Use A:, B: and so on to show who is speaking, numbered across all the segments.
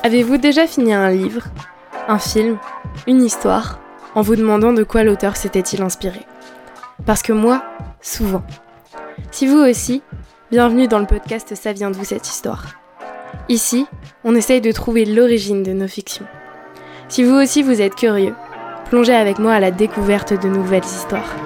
A: Avez-vous déjà fini un livre, un film, une histoire, en vous demandant de quoi l'auteur s'était-il inspiré ? Parce que moi, souvent. Si vous aussi, bienvenue dans le podcast Ça vient d'où cette histoire ? Ici, on essaye de trouver l'origine de nos fictions. Si vous aussi vous êtes curieux, plongez avec moi à la découverte de nouvelles histoires.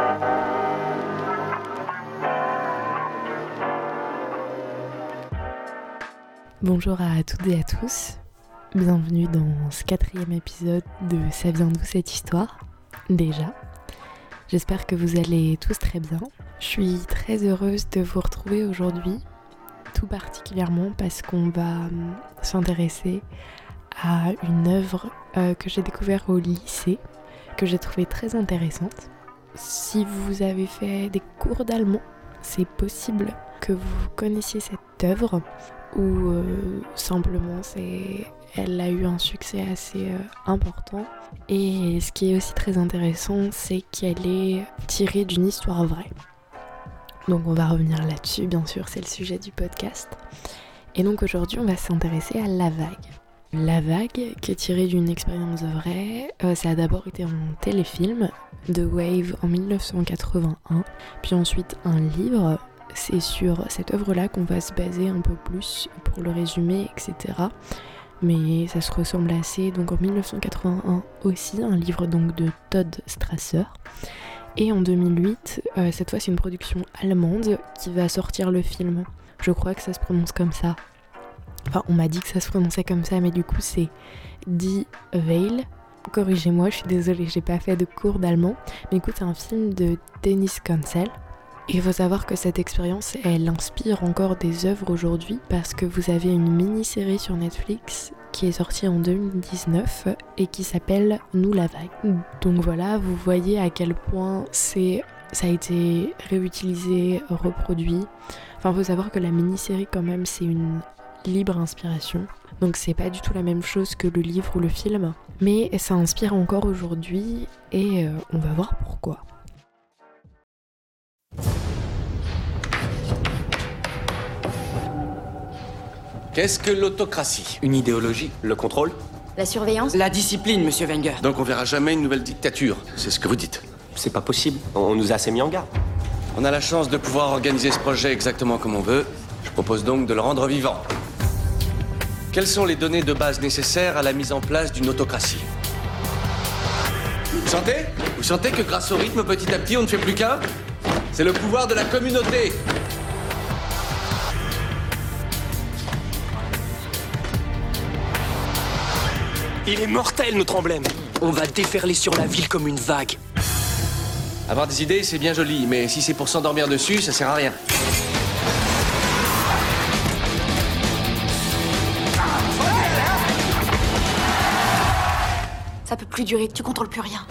A: Bonjour à toutes et à tous, bienvenue dans ce 4e épisode de Ça vient d'où cette histoire, déjà. J'espère que vous allez tous très bien. Je suis très heureuse de vous retrouver aujourd'hui, tout particulièrement parce qu'on va s'intéresser à une œuvre que j'ai découverte au lycée, que j'ai trouvée très intéressante. Si vous avez fait des cours d'allemand, c'est possible que vous connaissiez cette œuvre, ou simplement elle a eu un succès assez important. Et ce qui est aussi très intéressant, c'est qu'elle est tirée d'une histoire vraie. Donc on va revenir là-dessus, bien sûr, c'est le sujet du podcast. Et donc aujourd'hui, on va s'intéresser à La Vague. La Vague, qui est tirée d'une expérience vraie, ça a d'abord été un téléfilm, The Wave, en 1981, puis ensuite un livre. C'est sur cette œuvre-là qu'on va se baser un peu plus pour le résumer, etc. Mais ça se ressemble assez. Donc en 1981 aussi, un livre donc de Todd Strasser. Et en 2008, cette fois c'est une production allemande qui va sortir le film. Je crois que ça se prononce comme ça. Enfin, on m'a dit que ça se prononçait comme ça, mais du coup c'est Die Weile. Corrigez-moi, je suis désolée, j'ai pas fait de cours d'allemand. Mais écoute, c'est un film de Dennis Gansel. Et il faut savoir que cette expérience, elle inspire encore des œuvres aujourd'hui parce que vous avez une mini-série sur Netflix qui est sortie en 2019 et qui s'appelle Nous la Vague. Donc voilà, vous voyez à quel point ça a été réutilisé, reproduit. Enfin, il faut savoir que la mini-série quand même, c'est une libre inspiration. Donc c'est pas du tout la même chose que le livre ou le film. Mais ça inspire encore aujourd'hui et on va voir pourquoi.
B: Qu'est-ce que l'autocratie ?
C: Une idéologie.
D: Le contrôle ?
E: La surveillance ?
F: La discipline, monsieur Wenger.
B: Donc on verra jamais une nouvelle dictature, c'est ce que vous dites.
D: C'est pas possible, on nous a assez mis en garde.
B: On a la chance de pouvoir organiser ce projet exactement comme on veut. Je propose donc de le rendre vivant. Quelles sont les données de base nécessaires à la mise en place d'une autocratie ? Vous sentez ? Vous sentez que grâce au rythme, petit à petit, on ne fait plus qu'un ? C'est le pouvoir de la communauté.
C: Il est mortel, notre emblème. On va déferler sur la ville comme une vague.
B: Avoir des idées, c'est bien joli, mais si c'est pour s'endormir dessus, ça sert à rien.
E: Ça peut plus durer, tu contrôles plus rien.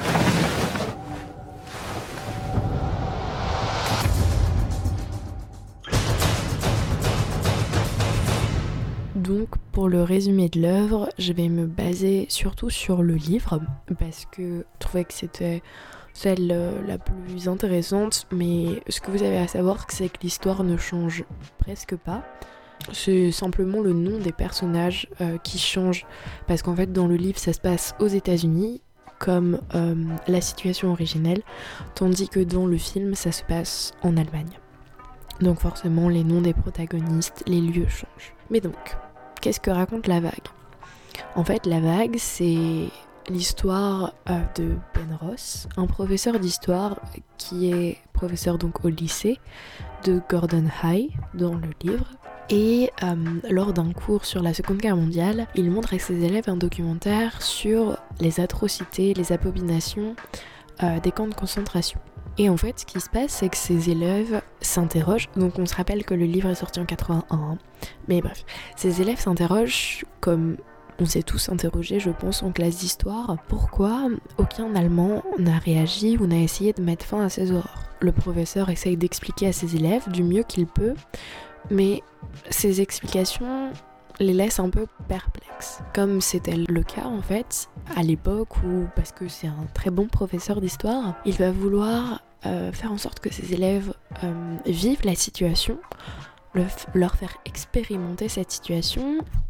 A: Donc pour le résumé de l'œuvre, je vais me baser surtout sur le livre parce que je trouvais que c'était celle la plus intéressante, mais ce que vous avez à savoir, c'est que l'histoire ne change presque pas. C'est simplement le nom des personnages qui change parce qu'en fait dans le livre ça se passe aux États-Unis comme la situation originelle, tandis que dans le film ça se passe en Allemagne. Donc forcément les noms des protagonistes, les lieux changent. Mais donc, qu'est-ce que raconte La Vague ? En fait, La Vague, c'est l'histoire de Ben Ross, un professeur d'histoire qui est professeur donc au lycée de Gordon High dans le livre. Et lors d'un cours sur la Seconde Guerre mondiale, il montre à ses élèves un documentaire sur les atrocités, les abominations des camps de concentration. Et en fait, ce qui se passe, c'est que ces élèves s'interrogent. Donc on se rappelle que le livre est sorti en 81, hein. Mais bref, ces élèves s'interrogent comme on s'est tous interrogés, je pense, en classe d'histoire. Pourquoi aucun Allemand n'a réagi ou n'a essayé de mettre fin à ces horreurs ? Le professeur essaye d'expliquer à ses élèves du mieux qu'il peut, mais ces explications les laissent un peu perplexes. Comme c'était le cas en fait, à l'époque où, parce que c'est un très bon professeur d'histoire, il va vouloir faire en sorte que ses élèves vivent la situation, leur faire expérimenter cette situation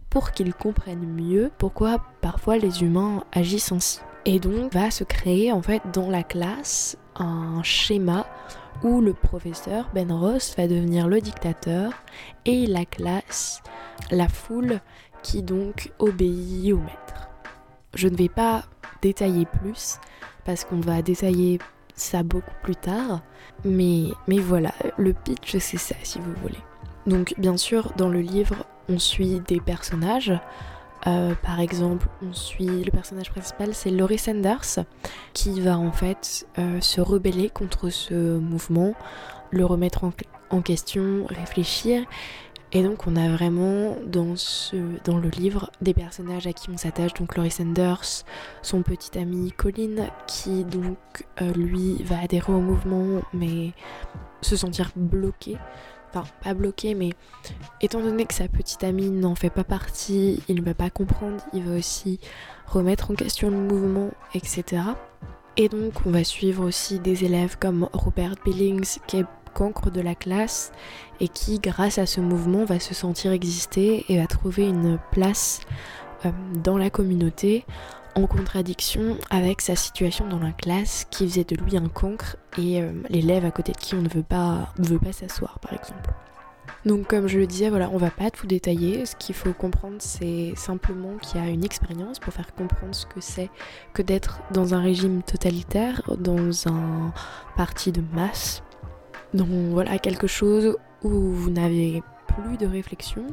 A: pour qu'ils comprennent mieux pourquoi parfois les humains agissent ainsi. Et donc va se créer en fait dans la classe un schéma où le professeur Ben Ross va devenir le dictateur et la classe, la foule qui donc obéit au maître. Je ne vais pas détailler plus parce qu'on va détailler ça beaucoup plus tard, mais voilà, le pitch c'est ça si vous voulez. Donc bien sûr dans le livre on suit des personnages, par exemple on suit le personnage principal, c'est Laurie Sanders qui va en fait se rebeller contre ce mouvement, le remettre en question, réfléchir. Et donc on a vraiment dans le livre des personnages à qui on s'attache, donc Laurie Sanders, son petit ami Colin qui donc lui va adhérer au mouvement mais se sentir bloqué, enfin pas bloqué mais étant donné que sa petite amie n'en fait pas partie, il ne va pas comprendre, il va aussi remettre en question le mouvement, etc. Et donc on va suivre aussi des élèves comme Robert Billings qui est cancre de la classe et qui grâce à ce mouvement va se sentir exister et va trouver une place dans la communauté en contradiction avec sa situation dans la classe qui faisait de lui un cancre et l'élève à côté de qui on ne veut pas s'asseoir par exemple. Donc comme je le disais, voilà, on va pas tout détailler, ce qu'il faut comprendre c'est simplement qu'il y a une expérience pour faire comprendre ce que c'est que d'être dans un régime totalitaire, dans un parti de masse. Donc voilà, quelque chose où vous n'avez plus de réflexion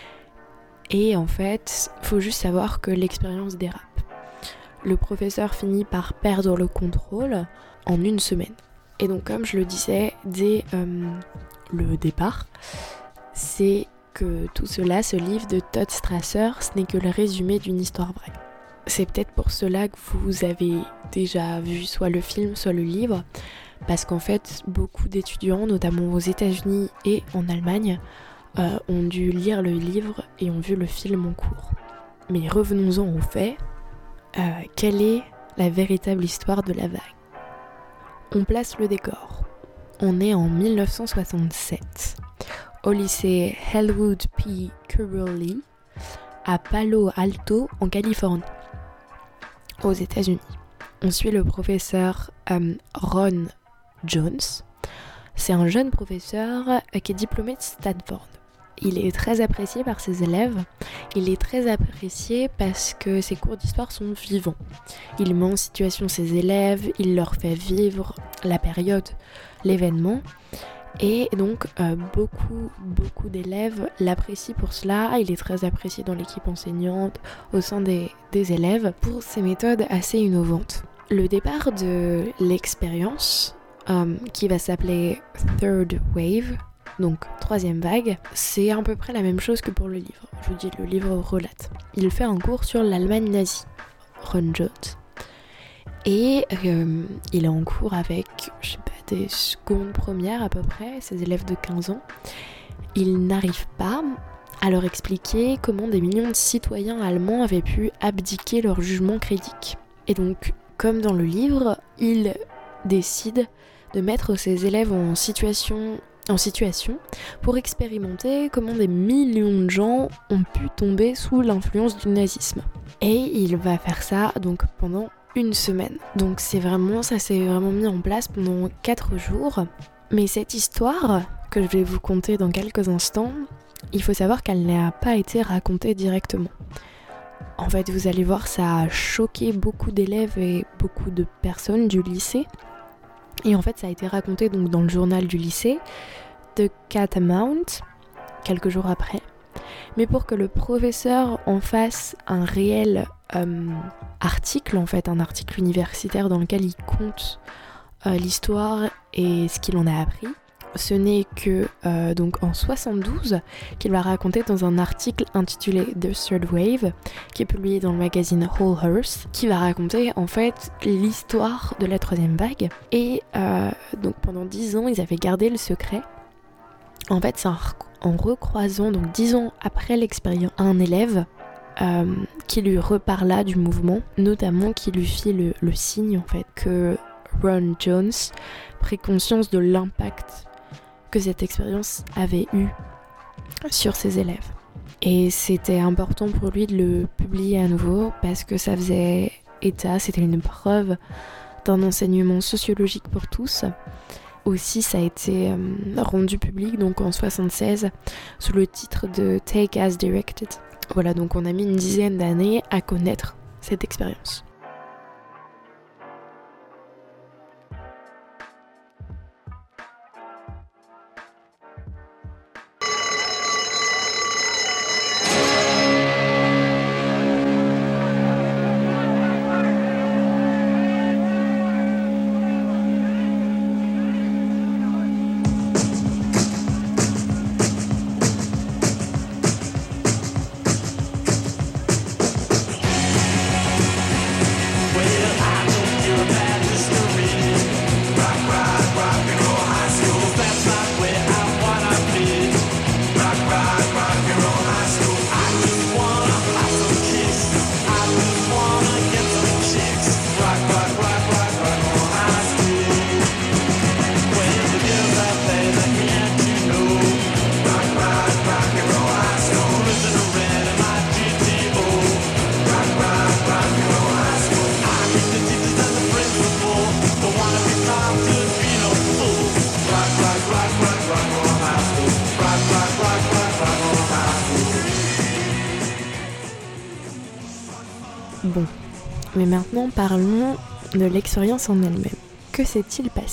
A: et en fait, faut juste savoir que l'expérience dérape. Le professeur finit par perdre le contrôle en une semaine. Et donc comme je le disais dès le départ, c'est que tout cela, ce livre de Todd Strasser, ce n'est que le résumé d'une histoire vraie. C'est peut-être pour cela que vous avez déjà vu soit le film, soit le livre, parce qu'en fait, beaucoup d'étudiants, notamment aux États-Unis et en Allemagne, ont dû lire le livre et ont vu le film en cours. Mais revenons-en aux faits. Quelle est la véritable histoire de la vague ? On place le décor. On est en 1967, au lycée Hellwood P. Curley, à Palo Alto, en Californie, aux États-Unis. On suit le professeur Ron Jones. C'est un jeune professeur qui est diplômé de Stanford. Il est très apprécié par ses élèves. Il est très apprécié parce que ses cours d'histoire sont vivants. Il met en situation ses élèves, il leur fait vivre la période, l'événement. Et donc beaucoup d'élèves l'apprécient pour cela. Il est très apprécié dans l'équipe enseignante, au sein des élèves, pour ses méthodes assez innovantes. Le départ de l'expérience, qui va s'appeler Third Wave, donc troisième vague, c'est à peu près la même chose que pour le livre. Je vous dis, le livre relate. Il fait un cours sur l'Allemagne nazie, Ron Jones. Et il est en cours avec, je sais pas, des secondes premières à peu près, ses élèves de 15 ans. Il n'arrive pas à leur expliquer comment des millions de citoyens allemands avaient pu abdiquer leur jugement critique. Et donc, comme dans le livre, il décide de mettre ses élèves en situation pour expérimenter comment des millions de gens ont pu tomber sous l'influence du nazisme. Et il va faire ça donc pendant une semaine. Donc ça s'est vraiment mis en place pendant 4 jours. Mais cette histoire, que je vais vous conter dans quelques instants, il faut savoir qu'elle n'a pas été racontée directement. En fait, vous allez voir, ça a choqué beaucoup d'élèves et beaucoup de personnes du lycée. Et en fait, ça a été raconté donc dans le journal du lycée, The Catamount, quelques jours après. Mais pour que le professeur en fasse un réel article, en fait, un article universitaire dans lequel il compte l'histoire et ce qu'il en a appris, ce n'est que donc en 72 qu'il va raconter dans un article intitulé The Third Wave, qui est publié dans le magazine Whole Earth, qui va raconter en fait l'histoire de la troisième vague. Et donc pendant 10 ans, ils avaient gardé le secret. En fait, c'est en recroisant, donc 10 ans après l'expérience, un élève qui lui reparla du mouvement, notamment qui lui fit le signe en fait que Ron Jones prit conscience de l'impact que cette expérience avait eu sur ses élèves. Et c'était important pour lui de le publier à nouveau parce que ça faisait état, c'était une preuve d'un enseignement sociologique pour tous. Aussi, ça a été rendu public donc en 1976 sous le titre de Take as Directed. Voilà, donc on a mis une dizaine d'années à connaître cette expérience. Bon, mais maintenant parlons de l'expérience en elle-même. Que s'est-il passé ?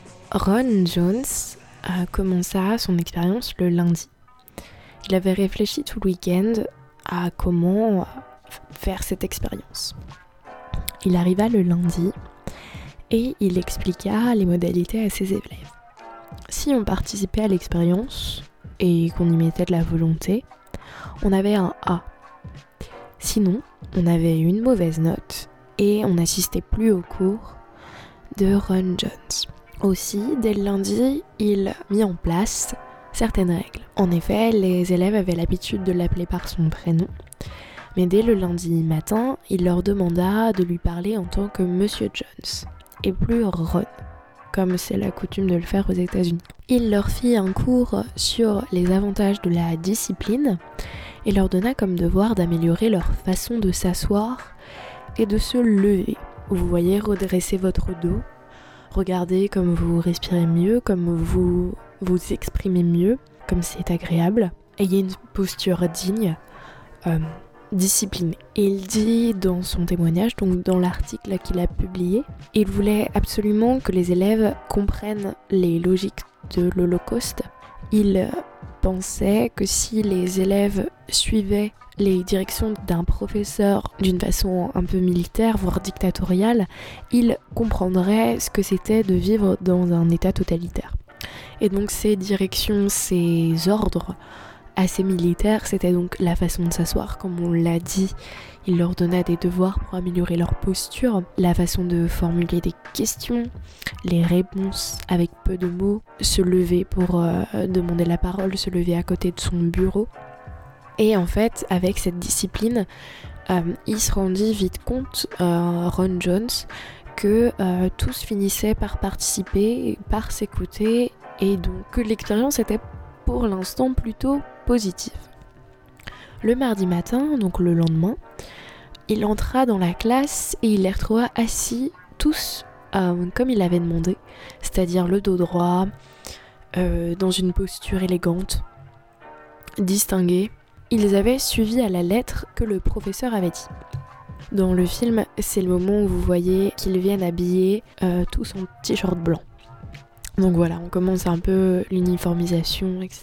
A: Ron Jones a commencé son expérience le lundi. Il avait réfléchi tout le week-end à comment faire cette expérience. Il arriva le lundi et il expliqua les modalités à ses élèves. Si on participait à l'expérience et qu'on y mettait de la volonté, on avait un A. Sinon, on avait une mauvaise note et on n'assistait plus au cours de Ron Jones. Aussi, dès le lundi, il mit en place certaines règles. En effet, les élèves avaient l'habitude de l'appeler par son prénom, mais dès le lundi matin, il leur demanda de lui parler en tant que Monsieur Jones, et plus Ron, comme c'est la coutume de le faire aux États-Unis. Il leur fit un cours sur les avantages de la discipline et leur donna comme devoir d'améliorer leur façon de s'asseoir et de se lever. Vous voyez, redresser votre dos, regardez comme vous respirez mieux, comme vous vous exprimez mieux, comme c'est agréable. Ayez une posture digne, disciplinée. Et il dit dans son témoignage, donc dans l'article qu'il a publié, il voulait absolument que les élèves comprennent les logiques de l'Holocauste. Il pensait que si les élèves suivaient les directions d'un professeur d'une façon un peu militaire, voire dictatoriale, ils comprendraient ce que c'était de vivre dans un état totalitaire. Et donc ces directions, ces ordres assez militaires, c'était donc la façon de s'asseoir, comme on l'a dit. Il leur donna des devoirs pour améliorer leur posture, la façon de formuler des questions, les réponses avec peu de mots, se lever pour demander la parole, se lever à côté de son bureau. Et en fait, avec cette discipline, il se rendit vite compte, Ron Jones, que tous finissaient par participer, par s'écouter, et donc que l'expérience était pour l'instant plutôt positive. Le mardi matin, donc le lendemain, il entra dans la classe et il les retrouva assis tous comme il avait demandé, c'est-à-dire le dos droit, dans une posture élégante, distinguée. Ils avaient suivi à la lettre que le professeur avait dit. Dans le film, c'est le moment où vous voyez qu'ils viennent habillés tous en t-shirt blanc. Donc voilà, on commence un peu l'uniformisation, etc.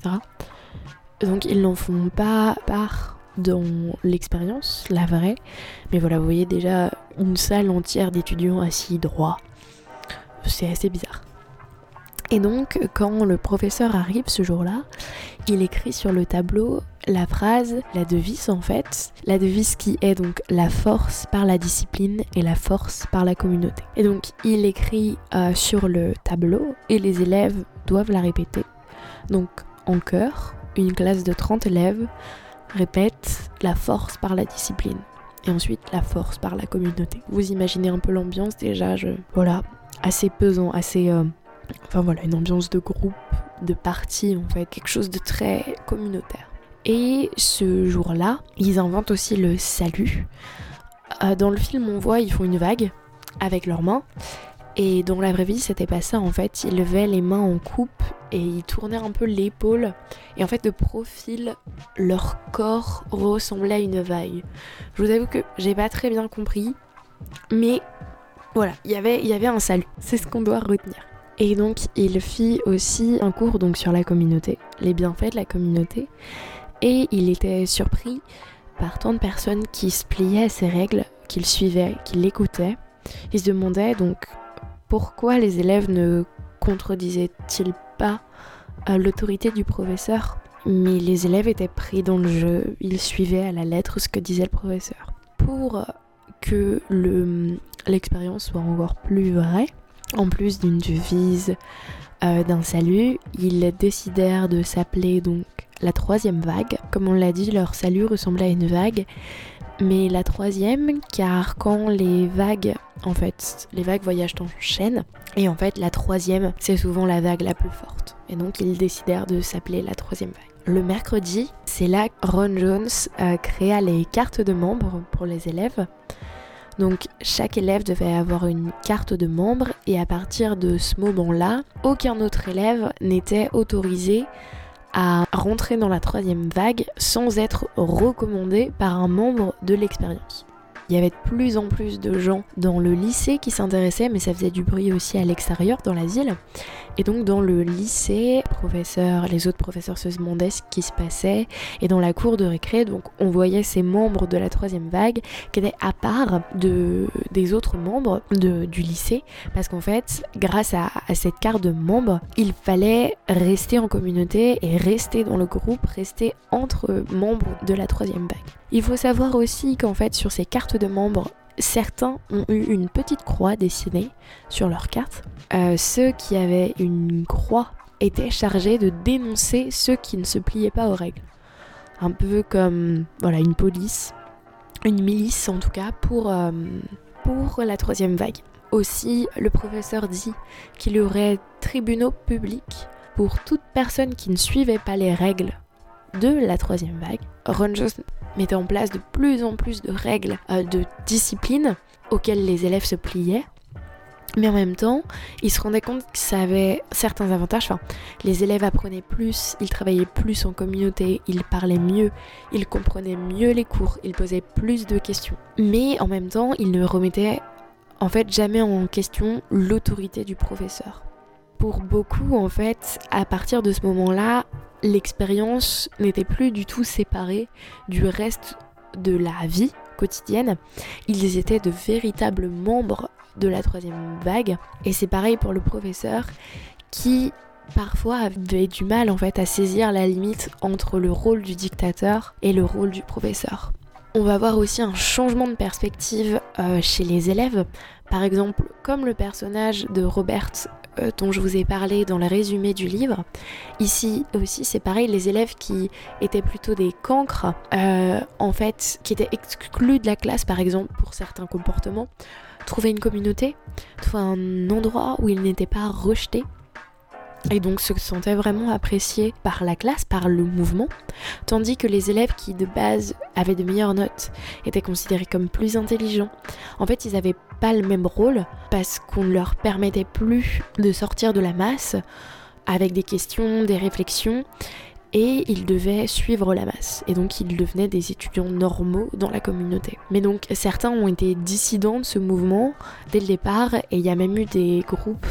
A: Donc ils n'en font pas part dans l'expérience, la vraie. Mais voilà, vous voyez déjà une salle entière d'étudiants assis droit. C'est assez bizarre. Et donc, quand le professeur arrive ce jour-là, il écrit sur le tableau la phrase, la devise en fait, la devise qui est donc la force par la discipline et la force par la communauté. Et donc, il écrit sur le tableau et les élèves doivent la répéter. Donc, en chœur, une classe de 30 élèves répète la force par la discipline et ensuite la force par la communauté. Vous imaginez un peu l'ambiance déjà, voilà, assez pesant, assez... Enfin voilà, une ambiance de groupe, de parti en fait, quelque chose de très communautaire. Et ce jour-là, ils inventent aussi le salut. Dans le film, on voit, ils font une vague avec leurs mains. Et dans la vraie vie, c'était pas ça en fait. Ils levaient les mains en coupe et ils tournaient un peu l'épaule. Et en fait, de profil, leur corps ressemblait à une vague. Je vous avoue que j'ai pas très bien compris. Mais voilà, il y avait un salut. C'est ce qu'on doit retenir. Et donc, il fit aussi un cours donc, sur la communauté, les bienfaits de la communauté. Et il était surpris par tant de personnes qui se pliaient à ses règles, qui le suivaient, qui l'écoutaient. Il se demandait donc pourquoi les élèves ne contredisaient-ils pas l'autorité du professeur. Mais les élèves étaient pris dans le jeu, ils suivaient à la lettre ce que disait le professeur. Pour que l'expérience soit encore plus vraie, en plus d'une devise, d'un salut, ils décidèrent de s'appeler donc la troisième vague. Comme on l'a dit, leur salut ressemblait à une vague, mais la troisième, car quand les vagues voyagent en chaîne, et en fait la troisième, c'est souvent la vague la plus forte. Et donc ils décidèrent de s'appeler la troisième vague. Le mercredi, c'est là que Ron Jones créa les cartes de membres pour les élèves. Donc chaque élève devait avoir une carte de membre et à partir de ce moment-là, aucun autre élève n'était autorisé à rentrer dans la troisième vague sans être recommandé par un membre de l'expérience. Il y avait de plus en plus de gens dans le lycée qui s'intéressaient, mais ça faisait du bruit aussi à l'extérieur, dans la ville. Et donc dans le lycée, les autres professeurs se demandaient ce qui se passait. Et dans la cour de récré, donc on voyait ces membres de la troisième vague qui étaient à part des autres membres du lycée. Parce qu'en fait, grâce à cette carte de membre, il fallait rester en communauté et rester dans le groupe, rester entre membres de la troisième vague. Il faut savoir aussi qu'en fait, sur ces cartes de membres, certains ont eu une petite croix dessinée sur leur carte. Ceux qui avaient une croix étaient chargés de dénoncer ceux qui ne se pliaient pas aux règles. Un peu comme une police, une milice en tout cas, pour la troisième vague. Aussi, le professeur dit qu'il y aurait tribunaux publics pour toute personne qui ne suivait pas les règles de la troisième vague. Ron Jones mettait en place de plus en plus de règles de discipline auxquelles les élèves se pliaient. Mais en même temps, il se rendait compte que ça avait certains avantages. Les élèves apprenaient plus, ils travaillaient plus en communauté, ils parlaient mieux, ils comprenaient mieux les cours, ils posaient plus de questions. Mais en même temps, ils ne remettaient en fait jamais en question l'autorité du professeur. Pour beaucoup, en fait, à partir de ce moment-là, l'expérience n'était plus du tout séparée du reste de la vie quotidienne. Ils étaient de véritables membres de la troisième vague. Et c'est pareil pour le professeur qui parfois avait du mal en fait à saisir la limite entre le rôle du dictateur et le rôle du professeur. On va voir aussi un changement de perspective chez les élèves. Par exemple, comme le personnage de Robert dont je vous ai parlé dans le résumé du livre. Ici aussi, c'est pareil, les élèves qui étaient plutôt des cancres, en fait, qui étaient exclus de la classe, par exemple, pour certains comportements, trouvaient une communauté, trouvaient un endroit où ils n'étaient pas rejetés, et donc se sentaient vraiment appréciés par la classe, par le mouvement, tandis que les élèves qui de base avaient de meilleures notes étaient considérés comme plus intelligents. En fait, ils n'avaient pas le même rôle parce qu'on ne leur permettait plus de sortir de la masse avec des questions, des réflexions, et ils devaient suivre la masse. Et donc ils devenaient des étudiants normaux dans la communauté. Mais donc certains ont été dissidents de ce mouvement dès le départ, et il y a même eu des groupes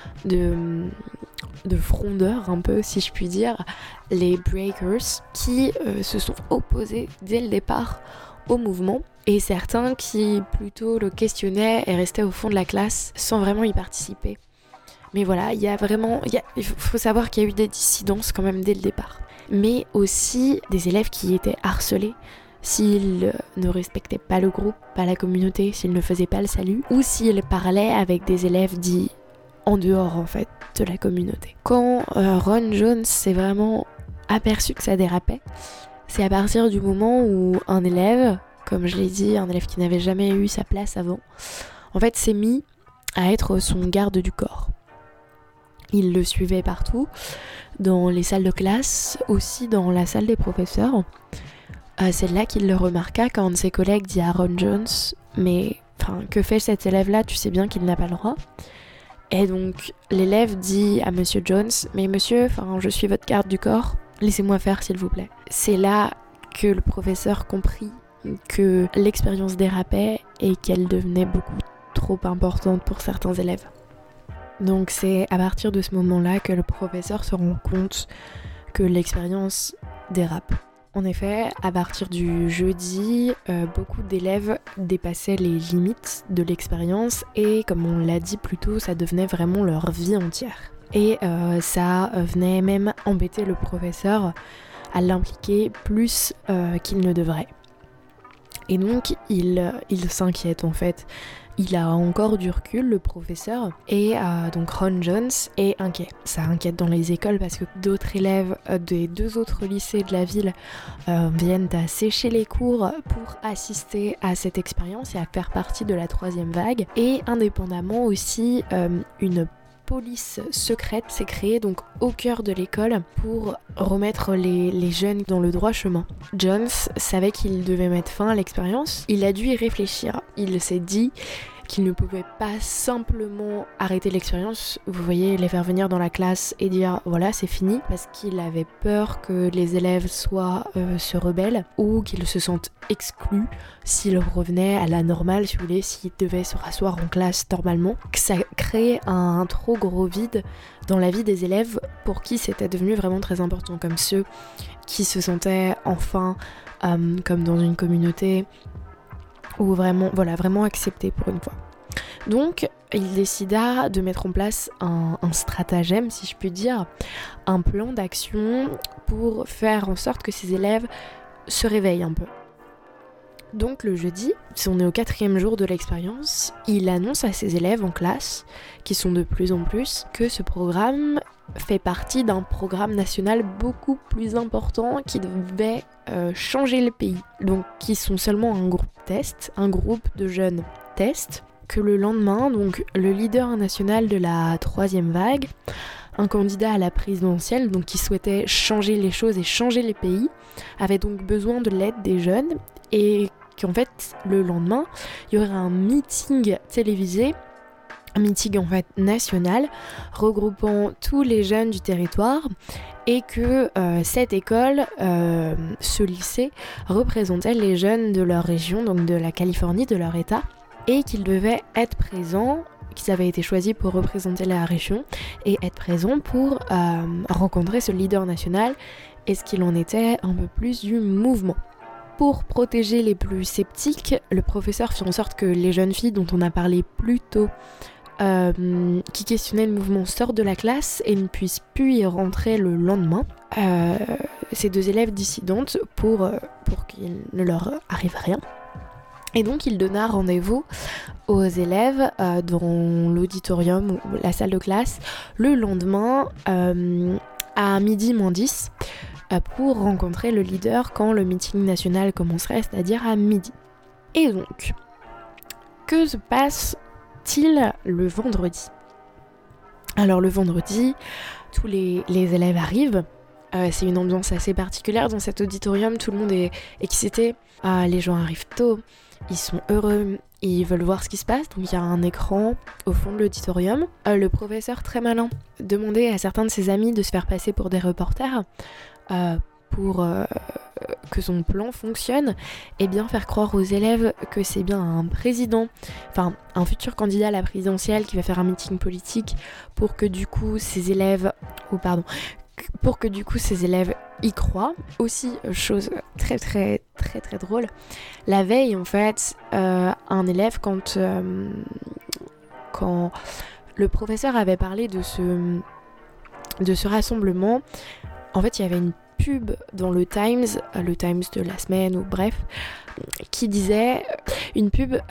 A: de frondeurs un peu, si je puis dire, les Breakers, qui se sont opposés dès le départ au mouvement, et certains qui plutôt le questionnaient et restaient au fond de la classe sans vraiment y participer. Mais voilà, il faut savoir qu'il y a eu des dissidences quand même dès le départ. Mais aussi des élèves qui étaient harcelés s'ils ne respectaient pas le groupe, pas la communauté, s'ils ne faisaient pas le salut, ou s'ils parlaient avec des élèves dits en dehors en fait de la communauté. Quand Ron Jones s'est vraiment aperçu que ça dérapait, c'est à partir du moment où un élève, comme je l'ai dit, un élève qui n'avait jamais eu sa place avant, en fait s'est mis à être son garde du corps. Il le suivait partout, dans les salles de classe, aussi dans la salle des professeurs. C'est là qu'il le remarqua quand un de ses collègues dit à Ron Jones « Mais que fait cet élève-là? Tu sais bien qu'il n'a pas le droit ?» Et donc l'élève dit à Monsieur Jones « Mais monsieur, je suis votre garde du corps, laissez-moi faire s'il vous plaît. » C'est là que le professeur comprit que l'expérience dérapait et qu'elle devenait beaucoup trop importante pour certains élèves. Donc c'est à partir de ce moment-là que le professeur se rend compte que l'expérience dérape. En effet, à partir du jeudi, beaucoup d'élèves dépassaient les limites de l'expérience et comme on l'a dit plus tôt, ça devenait vraiment leur vie entière. Et ça venait même embêter le professeur à l'impliquer plus qu'il ne devrait. Et donc il s'inquiète en fait. Il a encore du recul, le professeur, et donc Ron Jones est inquiet. Ça inquiète dans les écoles parce que d'autres élèves des 2 autres lycées de la ville viennent à sécher les cours pour assister à cette expérience et à faire partie de la 3e vague. Et indépendamment aussi, une police secrète s'est créée donc au cœur de l'école pour remettre les jeunes dans le droit chemin. Jones savait qu'il devait mettre fin à l'expérience. Il a dû y réfléchir. Il s'est dit qu'il ne pouvait pas simplement arrêter l'expérience, vous voyez, les faire venir dans la classe et dire voilà c'est fini, parce qu'il avait peur que les élèves se rebellent ou qu'ils se sentent exclus s'ils revenaient à la normale, si vous voulez, s'ils devaient se rasseoir en classe normalement, que ça crée un trop gros vide dans la vie des élèves pour qui c'était devenu vraiment très important, comme ceux qui se sentaient enfin comme dans une communauté ou vraiment accepté pour une fois. Donc, il décida de mettre en place un stratagème, si je puis dire, un plan d'action pour faire en sorte que ses élèves se réveillent un peu. Donc le jeudi, si on est au 4e jour de l'expérience, il annonce à ses élèves en classe, qui sont de plus en plus, que ce programme fait partie d'un programme national beaucoup plus important qui devait changer le pays. Donc qui sont seulement un groupe test, un groupe de jeunes test, que le lendemain, donc le leader national de la 3e vague, un candidat à la présidentielle, donc qui souhaitait changer les choses et changer les pays, avait donc besoin de l'aide des jeunes et qu'en fait le lendemain il y aurait un meeting télévisé, un meeting en fait national regroupant tous les jeunes du territoire et que cette école, ce lycée représentait les jeunes de leur région, donc de la Californie, de leur état, et qu'ils devaient être présents, qu'ils avaient été choisis pour représenter la région et être présents pour rencontrer ce leader national et ce qu'il en était un peu plus du mouvement. Pour protéger les plus sceptiques, le professeur fit en sorte que les jeunes filles dont on a parlé plus tôt, qui questionnaient le mouvement, sortent de la classe et ne puissent plus y rentrer le lendemain. Ces 2 élèves dissidentes pour qu'il ne leur arrive rien. Et donc il donna rendez-vous aux élèves dans l'auditorium ou la salle de classe le lendemain à 12:10 pour rencontrer le leader quand le meeting national commencerait, c'est-à-dire à midi. Et donc, que se passe-t-il le vendredi ? Alors le vendredi, tous les élèves arrivent. C'est une ambiance assez particulière dans cet auditorium, tout le monde est excité. Les gens arrivent tôt, ils sont heureux, ils veulent voir ce qui se passe, donc il y a un écran au fond de l'auditorium. Le professeur, très malin, demandait à certains de ses amis de se faire passer pour des reporters pour que son plan fonctionne et bien faire croire aux élèves que c'est bien un président, enfin un futur candidat à la présidentielle qui va faire un meeting politique pour que du coup ses élèves y croient. Aussi, chose très très très très drôle, la veille en fait, un élève quand le professeur avait parlé de ce rassemblement, en fait il y avait une pub dans le Times de la semaine ou bref, qui disait The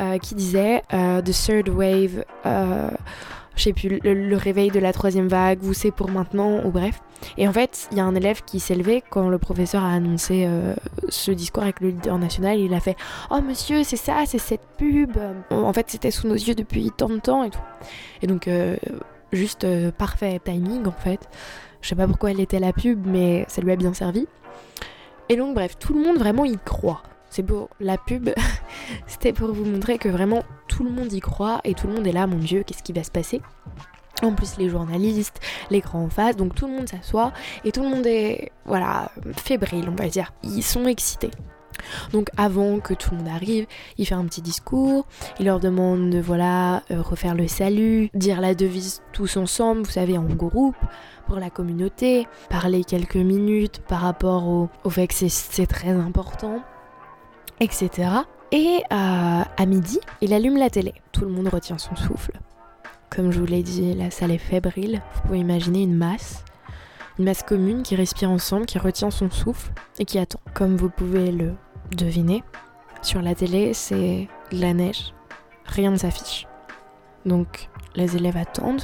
A: third wave, je sais plus, le réveil de la 3e vague, ou c'est pour maintenant, ou bref. Et en fait, il y a un élève qui s'est levé quand le professeur a annoncé ce discours avec le leader national. Il a fait « Oh monsieur, c'est ça, c'est cette pub. En fait, c'était sous nos yeux depuis tant de temps et tout. » Et donc, juste parfait timing en fait. Je sais pas pourquoi elle était à la pub, mais ça lui a bien servi. Et donc bref, tout le monde vraiment y croit. C'est pour la pub, c'était pour vous montrer que vraiment tout le monde y croit et tout le monde est là, mon Dieu, qu'est-ce qui va se passer ? En plus les journalistes, les grands en face, donc tout le monde s'assoit et tout le monde est, voilà, fébrile on va dire. Ils sont excités. Donc avant que tout le monde arrive, il fait un petit discours, il leur demande de refaire le salut, dire la devise tous ensemble, vous savez, en groupe, pour la communauté, parler quelques minutes par rapport au fait que c'est très important, etc. Et à midi, il allume la télé. Tout le monde retient son souffle. Comme je vous l'ai dit, la salle est fébrile. Vous pouvez imaginer une masse commune qui respire ensemble, qui retient son souffle et qui attend. Comme vous pouvez le deviner, sur la télé, c'est de la neige. Rien ne s'affiche. Donc, les élèves attendent,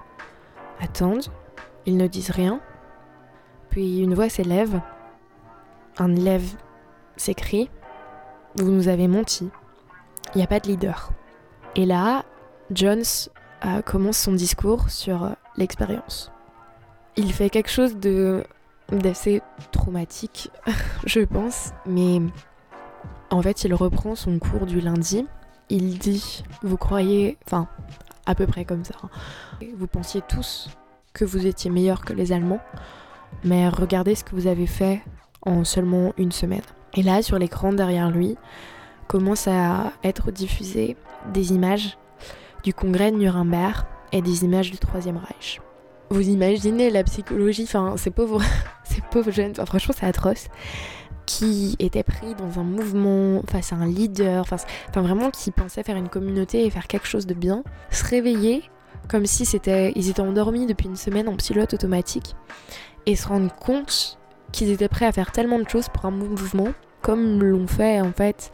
A: ils ne disent rien. Puis une voix s'élève. Un élève s'écrie « Vous nous avez menti. Il n'y a pas de leader. » Et là, Jones commence son discours sur l'expérience. Il fait quelque chose d'assez traumatique, je pense, mais en fait, il reprend son cours du lundi. Il dit « Vous croyez... » Enfin, à peu près comme ça. Vous pensiez tous que vous étiez meilleurs que les Allemands, mais regardez ce que vous avez fait en seulement une semaine. Et là, sur l'écran derrière lui, commencent à être diffusées des images du congrès de Nuremberg et des images du Troisième Reich. Vous imaginez la psychologie, ces pauvres jeunes, franchement c'est atroce, qui étaient pris dans un mouvement face à un leader, vraiment qui pensaient faire une communauté et faire quelque chose de bien, se réveiller comme si ils étaient endormis depuis une semaine en pilote automatique et se rendre compte qu'ils étaient prêts à faire tellement de choses pour un mouvement, comme l'ont fait en fait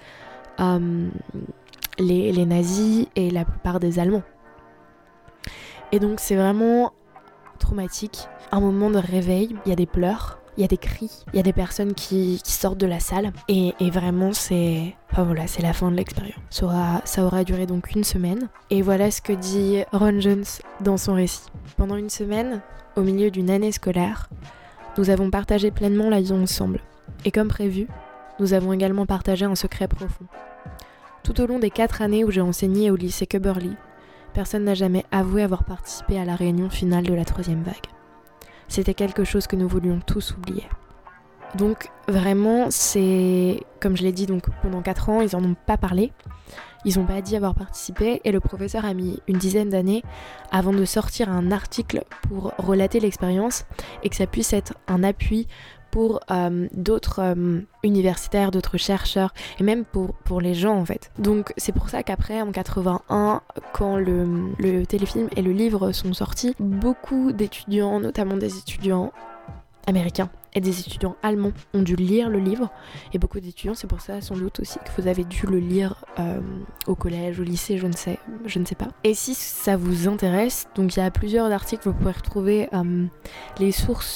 A: les nazis et la plupart des Allemands. Et donc c'est vraiment traumatique, un moment de réveil, il y a des pleurs, il y a des cris, il y a des personnes qui sortent de la salle et vraiment c'est la fin de l'expérience. Ça aura duré donc une semaine et voilà ce que dit Ron Jones dans son récit. Pendant une semaine, au milieu d'une année scolaire, nous avons partagé pleinement la vie ensemble. Et comme prévu, nous avons également partagé un secret profond. Tout au long des 4 années où j'ai enseigné au lycée Cubberley, personne n'a jamais avoué avoir participé à la réunion finale de la 3e vague. C'était quelque chose que nous voulions tous oublier. Donc vraiment, c'est, comme je l'ai dit, donc pendant 4 ans, ils n'en ont pas parlé. Ils n'ont pas dit avoir participé et le professeur a mis une dizaine d'années avant de sortir un article pour relater l'expérience et que ça puisse être un appui pour d'autres universitaires, d'autres chercheurs et même pour les gens en fait. Donc c'est pour ça qu'après en 81, quand le téléfilm et le livre sont sortis, beaucoup d'étudiants, notamment des étudiants américains et des étudiants allemands ont dû lire le livre et beaucoup d'étudiants, c'est pour ça sans doute aussi que vous avez dû le lire au collège, au lycée, je ne sais pas. Et si ça vous intéresse, donc il y a plusieurs articles, vous pouvez retrouver les sources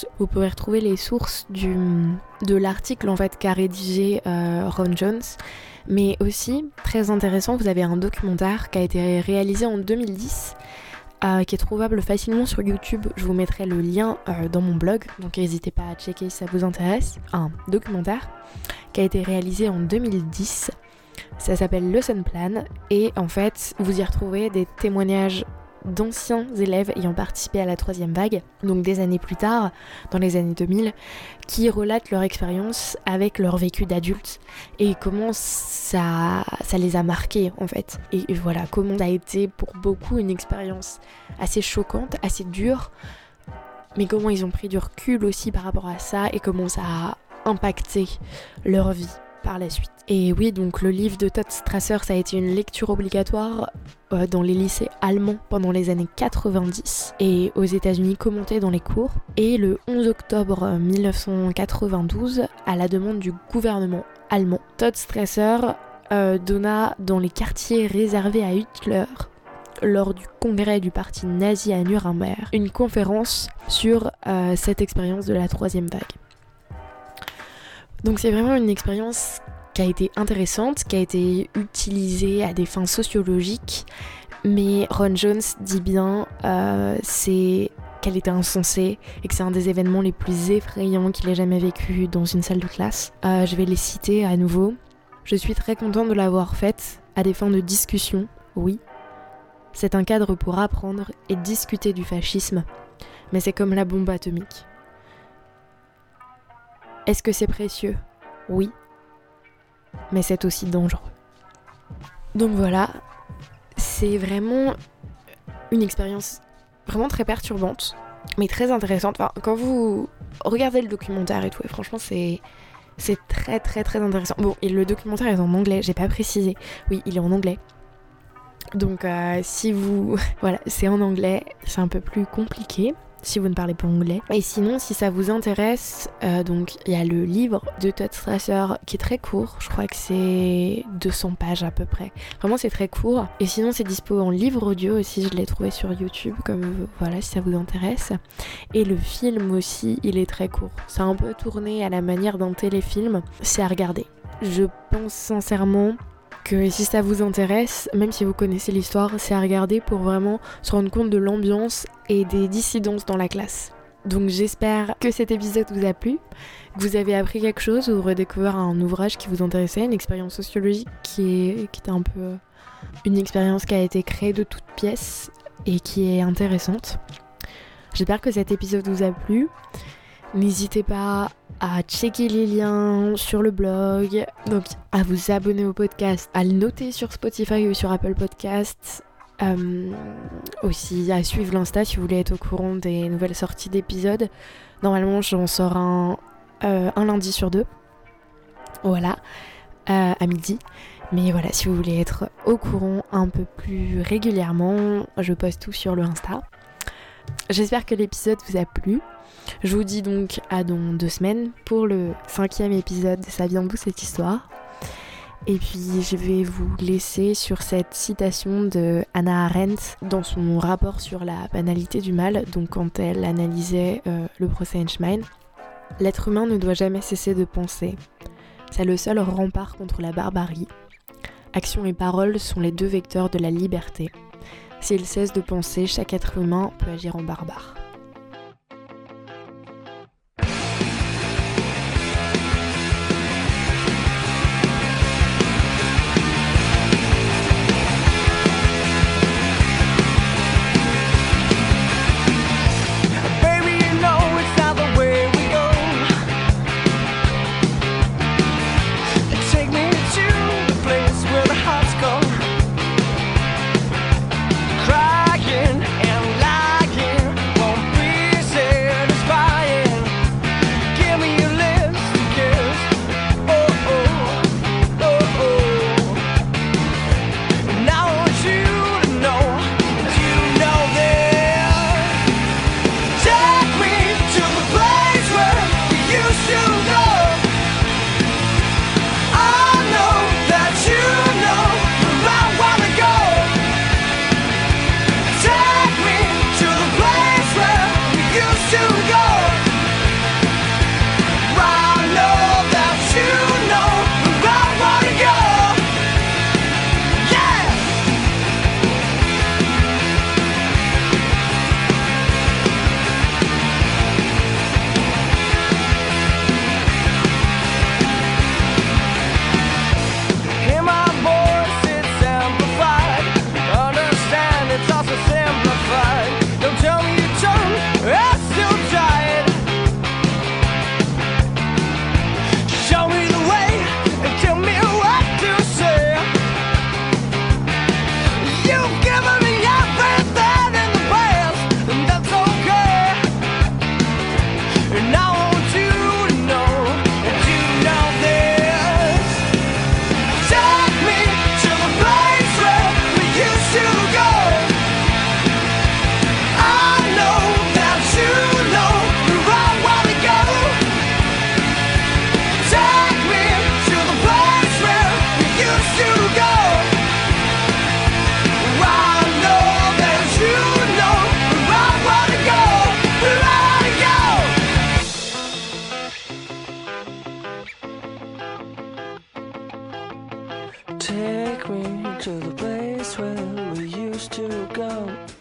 A: de l'article en fait qu'a rédigé Ron Jones, mais aussi très intéressant, vous avez un documentaire qui a été réalisé en 2010 qui est trouvable facilement sur YouTube. Je vous mettrai le lien dans mon blog, donc n'hésitez pas à checker si ça vous intéresse. Un documentaire qui a été réalisé en 2010, ça s'appelle Lesson Plan, et en fait vous y retrouvez des témoignages d'anciens élèves ayant participé à la 3e vague, donc des années plus tard, dans les années 2000, qui relatent leur expérience avec leur vécu d'adultes et comment ça les a marqués en fait. Et voilà, comment ça a été pour beaucoup une expérience assez choquante, assez dure, mais comment ils ont pris du recul aussi par rapport à ça et comment ça a impacté leur vie par la suite. Et oui, donc le livre de Todd Strasser, ça a été une lecture obligatoire dans les lycées allemands pendant les années 90 et aux États-Unis commenté dans les cours. Et le 11 octobre 1992, à la demande du gouvernement allemand, Todd Strasser donna dans les quartiers réservés à Hitler lors du congrès du parti nazi à Nuremberg une conférence sur cette expérience de la 3e vague. Donc c'est vraiment une expérience qui a été intéressante, qui a été utilisée à des fins sociologiques, Mais Ron Jones dit bien c'est qu'elle était insensée et que c'est un des événements les plus effrayants qu'il ait jamais vécu dans une salle de classe. Je vais les citer à nouveau. Je suis très contente de l'avoir faite à des fins de discussion, oui. C'est un cadre pour apprendre et discuter du fascisme, mais c'est comme la bombe atomique. Est-ce que c'est précieux ? Oui. Mais c'est aussi dangereux. Donc voilà, c'est vraiment une expérience vraiment très perturbante, mais très intéressante. Enfin, quand vous regardez le documentaire et tout, et franchement c'est très très très intéressant. Bon, et le documentaire est en anglais, j'ai pas précisé. Oui, il est en anglais. Donc si vous... Voilà, c'est en anglais, c'est un peu plus compliqué si vous ne parlez pas anglais. Et sinon, si ça vous intéresse, donc il y a le livre de Todd Strasser qui est très court, je crois que c'est 200 pages à peu près. Vraiment, c'est très court. Et sinon, c'est dispo en livre audio aussi, je l'ai trouvé sur YouTube, comme voilà, si ça vous intéresse. Et le film aussi, il est très court. C'est un peu tourné à la manière d'un téléfilm, c'est à regarder. Je pense sincèrement que si ça vous intéresse, même si vous connaissez l'histoire, c'est à regarder pour vraiment se rendre compte de l'ambiance et des dissidences dans la classe. Donc j'espère que cet épisode vous a plu, que vous avez appris quelque chose ou redécouvert un ouvrage qui vous intéressait, une expérience sociologique qui était un peu une expérience qui a été créée de toutes pièces et qui est intéressante. J'espère que cet épisode vous a plu. N'hésitez pas à checker les liens sur le blog, donc à vous abonner au podcast, à le noter sur Spotify ou sur Apple Podcasts, aussi à suivre l'Insta si vous voulez être au courant des nouvelles sorties d'épisodes. Normalement j'en sors un lundi sur 2, voilà, à midi. Mais voilà, si vous voulez être au courant un peu plus régulièrement, je poste tout sur le Insta. J'espère que l'épisode vous a plu. Je vous dis donc à dans 2 semaines pour le 5e épisode de Ça vient d'où cette histoire. Et puis je vais vous laisser sur cette citation de Hannah Arendt dans son rapport sur la banalité du mal, donc quand elle analysait le procès Eichmann. L'être humain ne doit jamais cesser de penser. C'est le seul rempart contre la barbarie. Action et parole sont les 2 vecteurs de la liberté. S'il cesse de penser, chaque être humain peut agir en barbare.
F: Take me to the place where we used to go.